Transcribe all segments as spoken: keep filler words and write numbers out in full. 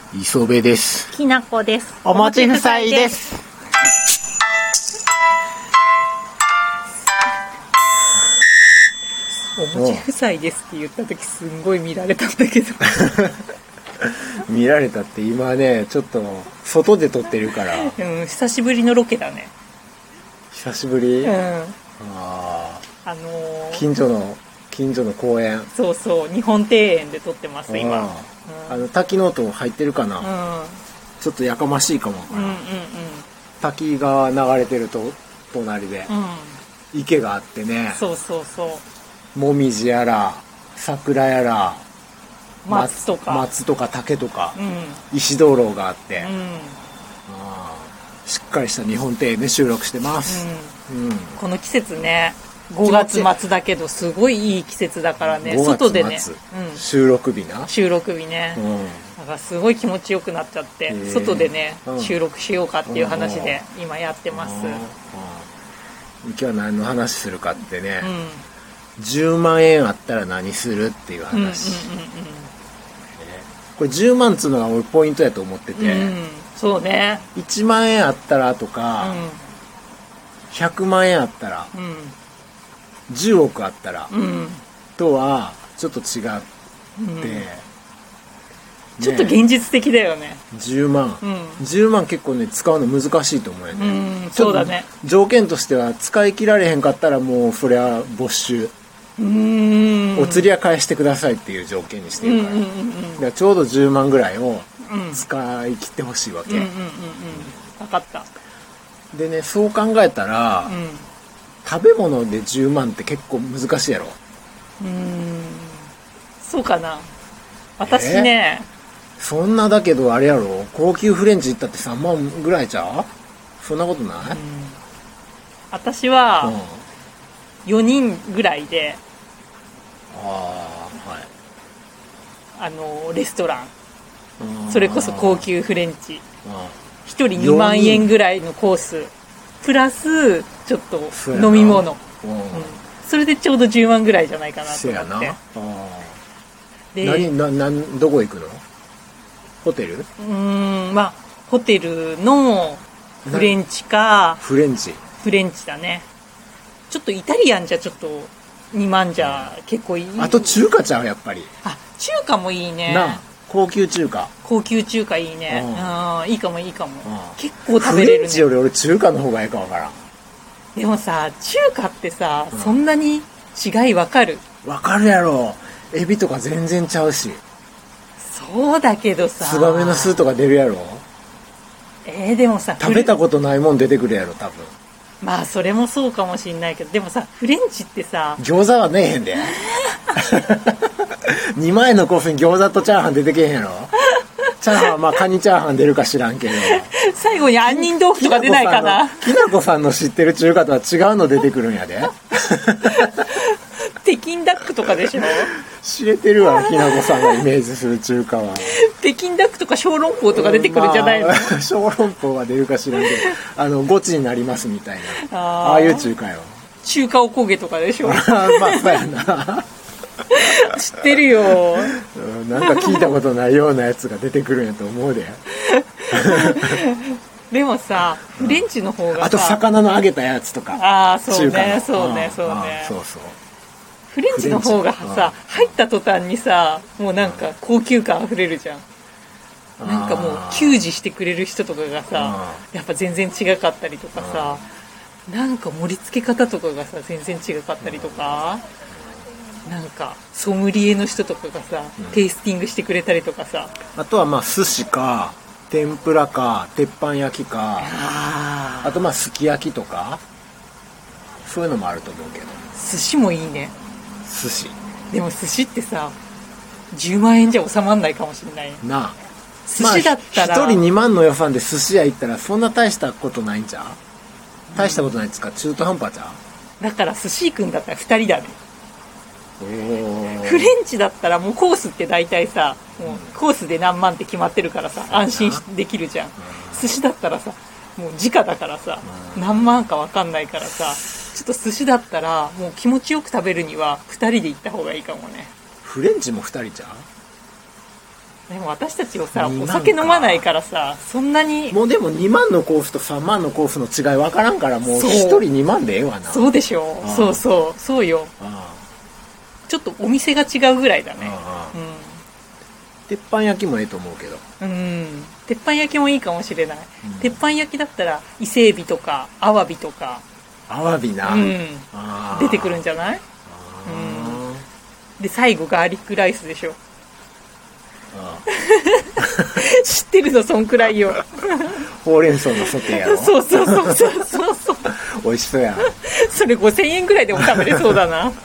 磯部です。 きなこです。 おもち夫妻です。 おもち夫妻ですって言った時すんごい見られたんだけど見られたって今ねちょっと外で撮ってるから、 うん、久しぶりのロケだね。 久しぶり、うん、ああのー、 近所の近所の公園、 そうそう日本庭園で撮ってます今。 あ、うん、あの滝の音入ってるかな、うん、ちょっとやかましいかもかな、うんうんうん、滝が流れてると隣で、うん、池があってね、 そうそうそうもみじやら桜やら松とか松とか竹とか、 うん、 石灯籠があって、うん、 あしっかりした日本庭園で収録してます、 うんうん、この季節ねごがつ末だけどすごいいい季節だからね、外でね、 うん、収録日な収録日ね、うん、だからすごい気持ちよくなっちゃって、外でね、うん、収録しようかっていう話で今やってます。 今日は何の話するかってね、うん、じゅうまんえんあったら何するっていう話、うんうんうんうん、これじゅうまんっつうのが俺ポイントやと思ってて、うん、 そうねいちまんえんあったらとか、うん、ひゃくまんえんあったら、うん、じゅうおくあったら、うん、とはちょっと違って、うん、 ちょっと現実的だよね。 じゅうまん、うん、じゅうまん結構ね使うの難しいと思うよね、 うん、そうだね。 条件としては使い切られへんかったらもうそれは没収、うーん、お釣りは返してくださいっていう条件にしてるから、うんうんうんうん、だからちょうどじゅうまんぐらいを使い切ってほしいわけ、うんうんうんうん、 分かった。 でね、そう考えたら、うん、食べ物でじゅうまんって結構難しいやろ。 うーん、そうかな。私ね、 えー、そんなだけどあれやろ、高級フレンチ行ったってさんまんぐらいちゃう？そんなことない？うん、 私はよにんぐらいで、 あ、はい、 あのレストラン、それこそ高級フレンチ、ひとりにまんえんぐらいのコースプラスちょっと飲み物、うん、それでちょうどじゅうまんぐらいじゃないかなと思って。そうやな。あ、で、 何な何どこ行くの？ホテル？うーん、まあホテルのフレンチか。 フレンチ。 フレンチだね。ちょっとイタリアンじゃちょっとにまんじゃ結構いい。 あと中華ちゃうやっぱり。 あ、中華もいいね。 なあ、高級中華。 高級中華いいね。うん、いいかもいいかも。結構食べれるね。 フレンチより俺中華の方がいいかわからん。 でもさ、中華ってさ、うん、そんなに違いわかる？ わかるやろ。エビとか全然ちゃうし。 そうだけどさ、 ツバメの巣とか出るやろ。 えー、でもさ食べたことないもん出てくるやろ多分。 まあそれもそうかもしんないけど、でもさフレンチってさ餃子はねえへんでにまんえんのコースに餃子とチャーハン出てけへんやろ。チャーハンはまあカニチャーハン出るか知らんけど最後に杏仁豆腐とか出ないかな。 きなこさんの知ってる中華とは違うの出てくるんやで北京ダックとかでしょ。 知れてるわ、きなこさんがイメージする中華は。 北京ダックとか小籠包とか出てくるんじゃないの？まあ、小籠包は出るか知らんけど、あのゴチになりますみたいな、ああいう中華よ。 中華おこげとかでしょまあそうやな知ってるよ。 なんか聞いたことないようなやつが出てくるんやと思うででもさ、フレンチの方がさ、 あと魚の揚げたやつとか。 ああ、そうね、そうね、そうね。 そうそう。 フレンチの方がさ、入った途端にさ、もうなんか高級感あふれるじゃん。なんかもう給仕してくれる人とかがさ、やっぱ全然違かったりとかさ、なんか盛り付け方とかがさ全然違かったりとか、なんかソムリエの人とかがさ、テイスティングしてくれたりとかさ。 あとはまあ寿司か天ぷらか鉄板焼きか、あ, あとまあすき焼きとかそういうのもあると思うけど。 寿司もいいね。 寿司でも寿司ってさじゅうまんえんじゃ収まんないかもしれないなあ。 寿司だったら、 まあ、ひとりにまんの予算で寿司屋行ったらそんな大したことないんちゃう？大したことないっつか中途半端ちゃう？だから寿司行くんだったらふたりだね。フレンチだったらもうコースって大体さ、もうコースで何万って決まってるからさ、安心できるじゃん。寿司だったらさもう時価だからさ、何万か分かんないからさ、ちょっと寿司だったらもう気持ちよく食べるにはふたりで行った方がいいかもね。 フレンチもふたりじゃん？ でも私たちをさお酒飲まないからさそんなにもうでもにまんのコースとさんまんのコースの違い分からんからもうひとりにまんでええわな。 そうでしょ。そうそうそうよ。 あちょっとお店が違うぐらいだね。 ああ、 うん、 鉄板焼きもええと思うけど、 うん、鉄板焼きもいいかもしれない、うん、鉄板焼きだったら伊勢海老とかアワビとかアワビな、 うん、あ出てくるんじゃない？うん、で最後ガーリックライスでしょ。ああ知ってるのそんくらいよ。 ほうれん草のソテーやろ。 そうそうそうそうそうそう美味しそうやん。 それごせんえんくらいでも食べれそうだな。うん、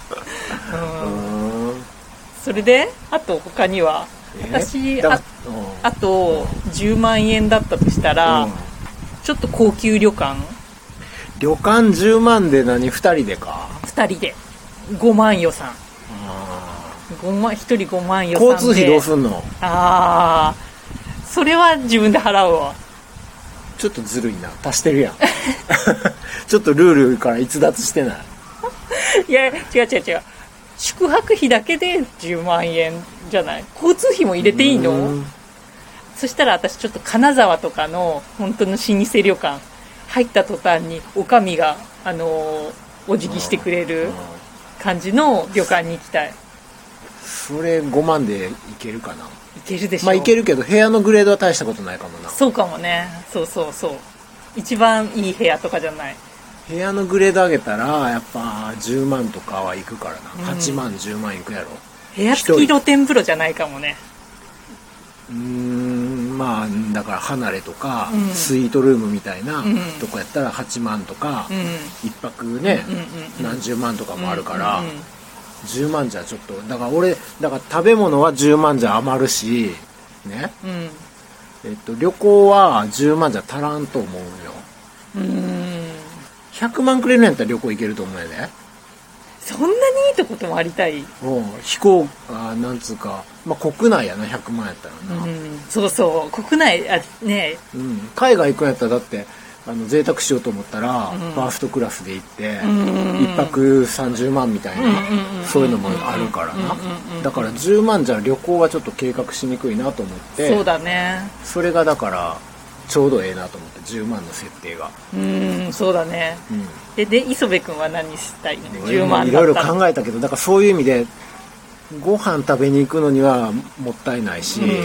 それであと他には私 あ, あとじゅうまんえんだったとしたら、うん、ちょっと高級旅館旅館じゅうまんで何ふたりでかふたりでごまん予算。ごまんひとりごまん予算で交通費どうすんの？ ああそれは自分で払うわ。 ちょっとずるいな足してるやん。ちょっとルールから逸脱してない？ いや違う違う違う宿泊費だけでじゅうまんえんじゃない？交通費も入れていいの？そしたら私ちょっと金沢とかの本当の老舗旅館入った途端におかみがあのー、お辞儀してくれる感じの旅館に行きたい。 それごまんでいけるかな？ いけるでしょ。 まあいけるけど部屋のグレードは大したことないかもな。 そうかもね。そうそうそう一番いい部屋とかじゃない。 部屋のグレード上げたらやっぱじゅうまんとかはいくからな、うん、はちまんじゅうまんいくやろ。 部屋付き露天風呂じゃないかもね。 うーんまあだから離れとか、うん、スイートルームみたいなとこやったらはちまんとか、うん、いっぱくね、うんうんうん、何十万とかもあるから、うんうんうん、じゅうまんじゃちょっとだから俺だから食べ物はじゅうまんじゃ余るしね、うん、えっと旅行はじゅうまんじゃ足らんと思うよ。うーんひゃくまんくれるんやったら旅行行けると思うやで。 そんなにいいとこともありたい。 お飛行あなんつうか、まあ、国内やなひゃくまんやったらな、 うん、そうそう国内あね、 うん、海外行くんやったらだってあの贅沢しようと思ったら、うん、ファーストクラスで行っていっぱくさんじゅうまんみたいな、うん、そういうのもあるからな、うん、だからじゅうまんじゃ旅行はちょっと計画しにくいなと思って。 そうだね。 それがだからちょうどええなと思ってじゅうまんの設定が。 うんそうだね、うん、で, で磯部君は何したいの？じゅうまんいろいろ考えたけどだからそういう意味でご飯食べに行くのにはもったいないし、うん、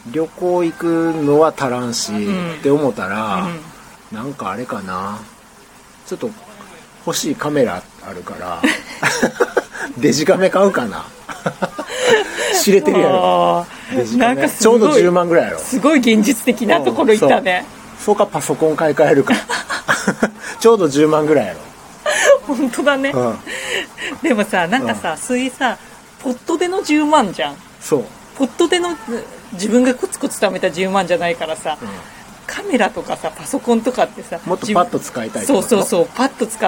旅行行くのは足らんし、うん、って思ったら、うん、なんかあれかなちょっと欲しいカメラあるからデジカメ買うかな。知れてるやろデジカメ。ちょうどじゅうまんぐらいやろ。 すごい現実的なところ行ったね、 うん、そう、そうかパソコン買い替えるか。ちょうどじゅうまんぐらいやろ。 本当だね、うん、でもさなんかさ、うん、そういうさポットでのじゅうまんじゃん。 そうポットでの自分がコツコツ貯めたじゅうまんじゃないからさ、うん、カメラとかさパソコンとかってさもっとパッと使いたい。 そうそうそうパッと使って、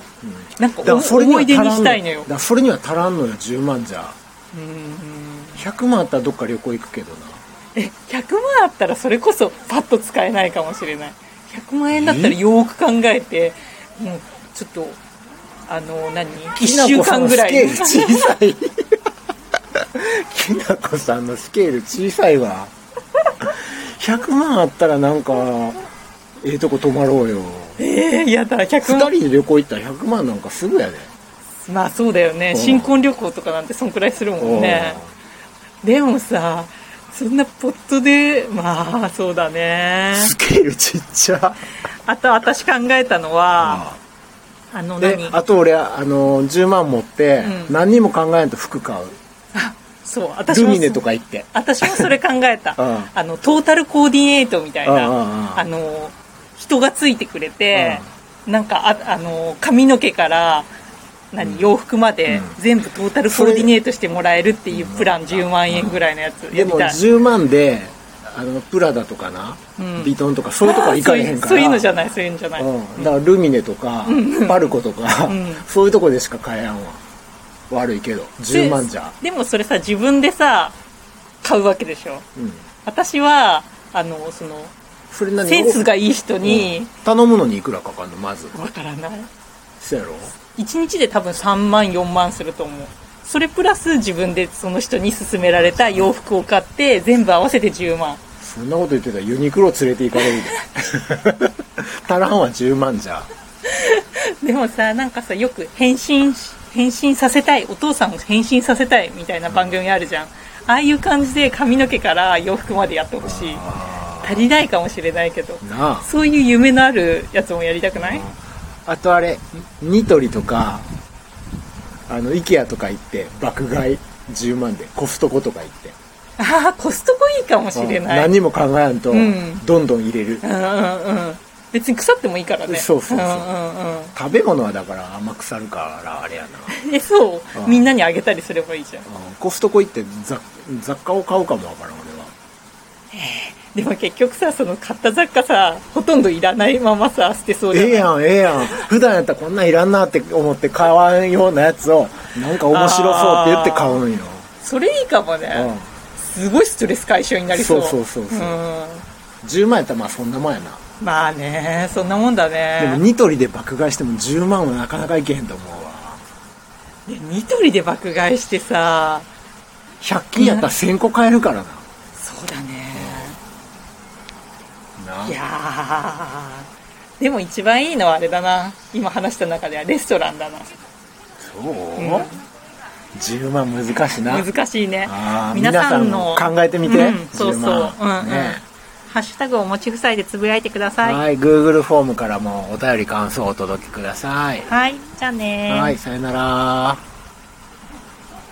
うん、なんか思い出にしたいのよ。 だからそれには足らんのよじゅうまんじゃ。うんひゃくまんあったらどっか旅行行くけどな。 えひゃくまんあったらそれこそパッと使えないかもしれない。ひゃくまんえんだったらよく考えてもうちょっとあの何いっしゅうかんぐらいスケール小さい。きなこさんのスケール小さいわ。ひゃくまんあったらなんかええとこ泊まろうよ。 えー、やだひゃくまんふたりで旅行行ったらひゃくまんなんかすぐやで。 まあそうだよね。新婚旅行とかなんてそんくらいするもんね。でもさそんなポットでまあそうだね。 スケールちっちゃ。 あと私考えたのはあの何あと俺あのじゅうまん持って、うん、何にも考えないと服買う。 あそう私もルミネとか行って私もそれ考えた。あのトータルコーディネートみたいなあの人がついてくれてなんか あ, あの髪の毛から何洋服まで全部トータルコーディネートしてもらえるっていうプランじゅうまんえんぐらいのやつやりたい。 でもじゅうまんであのプラダとかな、うん、ビトンとかそういうとこは行かれへんから。 そういうのじゃないそういうのじゃない、 うん、だからルミネとか、うん、パルコとか、うん、そういうとこでしか買えやんわ。悪いけどじゅうまんじゃ。 でもそれさ自分でさ買うわけでしょ、うん、私はあのそのそれ何センスがいい人に、 うん、頼むのにいくらかかるのまず。 わからない。 そうやろ。 いちにちで多分さんまんよんまんすると思う。 それプラス自分でその人に勧められた洋服を買って全部合わせてじゅうまん。 そんなこと言ってたらユニクロ連れて行かれるで足らんはじゅうまんじゃ。 でもさ、なんかさ、よく変身変身させたい、お父さんを変身させたいみたいな番組あるじゃん。ああいう感じで髪の毛から洋服までやってほしい。足りないかもしれないけどなあ、 そういう夢のあるやつもやりたくない？ あとあれニトリとかあの IKEA とか行って爆買いじゅうまんでコストコとか行って、 ああコストコいいかもしれない。 何も考えんと、うん、どんどん入れる、 うんうんうん、別に腐ってもいいからね。 そうそうそう、うんうんうん、食べ物はだからあんま腐るからあれやなえそう、うん、みんなにあげたりすればいいじゃん、うん、 コストコ行って雑、雑貨を買うかもわからん俺は。 でも結局さ、その買った雑貨さほとんどいらないままさ捨てそうじゃない？ ええやんええやん普段やったらこんなんいらんなって思って買わんようなやつをなんか面白そうって言って買うんよ。 それいいかもね、うん、すごいストレス解消になりそう。 そうそうそうそう、うん、じゅうまんやったらまあそんなもんやな。 まあね、そんなもんだね。 でもニトリで爆買いしてもじゅうまんはなかなかいけへんと思うわ。 ニトリで爆買いしてさひゃく均やったらせんこ買えるからな。 そうだね、 うん、 いやーでも一番いいのはあれだな、今話した中ではレストランだな。 そう、うん、じゅうまん難しいな。 難しいね。 皆さんの考えてみて、うん、 そうそう、うんうん、ね、ハッシュタグおもち夫妻でつぶやいてください。 はい、Google フォームからもお便り感想をお届けください。 はい、じゃあね。 はい、さよなら。